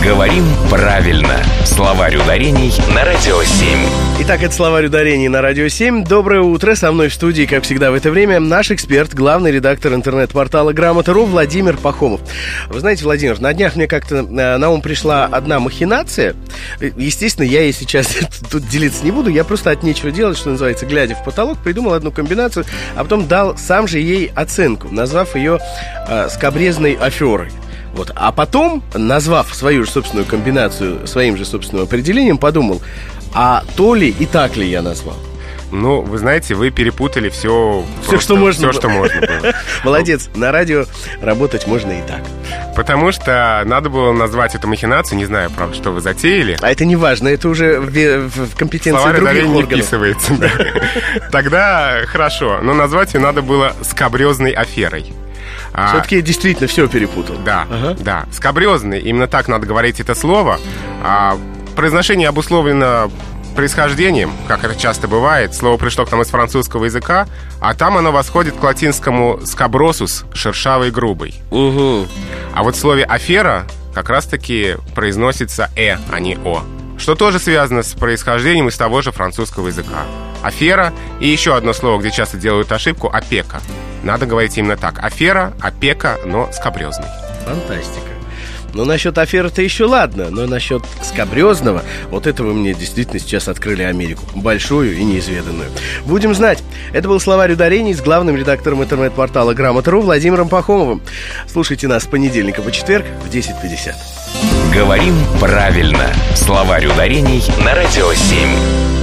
Говорим правильно. Словарь ударений на Радио 7. Итак, это словарь ударений на Радио 7. Доброе утро. Со мной в студии, как всегда в это время, наш эксперт, главный редактор интернет-портала Грамота.ру Владимир Пахомов. Вы знаете, Владимир, на днях мне как-то на ум пришла одна махинация. Естественно, я ей сейчас тут делиться не буду. Я просто от нечего делать, что называется, глядя в потолок, придумал одну комбинацию, а потом дал сам же ей оценку, назвав ее скабрезной аферой. Вот. А потом, назвав свою же собственную комбинацию своим же собственным определением, подумал, а то ли и так ли я назвал? Ну, вы знаете, вы перепутали все, что можно. Все, что можно было. Молодец, на радио работать можно и так. Потому что надо было назвать эту махинацию, не знаю, правда, что вы затеяли. А это не важно, это уже в компетенции словарь других не органов. вписывается, да. Тогда хорошо, но назвать ее надо было скабрезной аферой. Все-таки действительно все перепутал. Да, да. Скабрезный, именно так надо говорить это слово. Произношение обусловлено происхождением, как это часто бывает. Слово пришло к нам из французского языка, а там оно восходит к латинскому «скабросус» — шершавый, грубый. Угу. А вот в слове «афера» как раз-таки произносится а не «о», что тоже связано с происхождением из того же французского языка. Афера и еще одно слово, где часто делают ошибку — опека. Надо говорить именно так. Афера, опека, но скабрезный. Фантастика. Ну, насчет аферы-то еще ладно, но насчет скабрезного, вот это вы мне действительно сейчас открыли Америку. Большую и неизведанную. Будем знать. Это был словарь ударений с главным редактором интернет-портала Грамота.ру Владимиром Пахомовым. Слушайте нас с понедельника по четверг в 10:50. Говорим правильно. Словарь ударений на Радио 7.